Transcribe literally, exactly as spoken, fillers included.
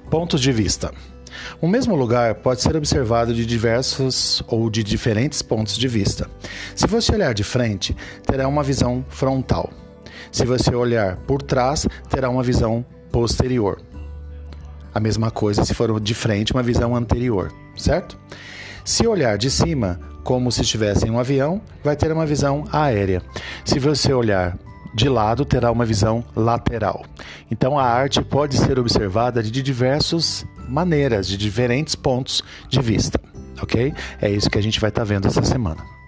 Pontos de vista. O mesmo lugar pode ser observado de diversos ou de diferentes pontos de vista. Se você olhar de frente, terá uma visão frontal. Se você olhar por trás, terá uma visão posterior. A mesma coisa se for de frente, uma visão anterior, certo? Se olhar de cima, como se estivesse em um avião, vai ter uma visão aérea. Se você olhar de lado, terá uma visão lateral. Então, a arte pode ser observada de diversas maneiras, de diferentes pontos de vista, ok? É isso que a gente vai estar vendo essa semana.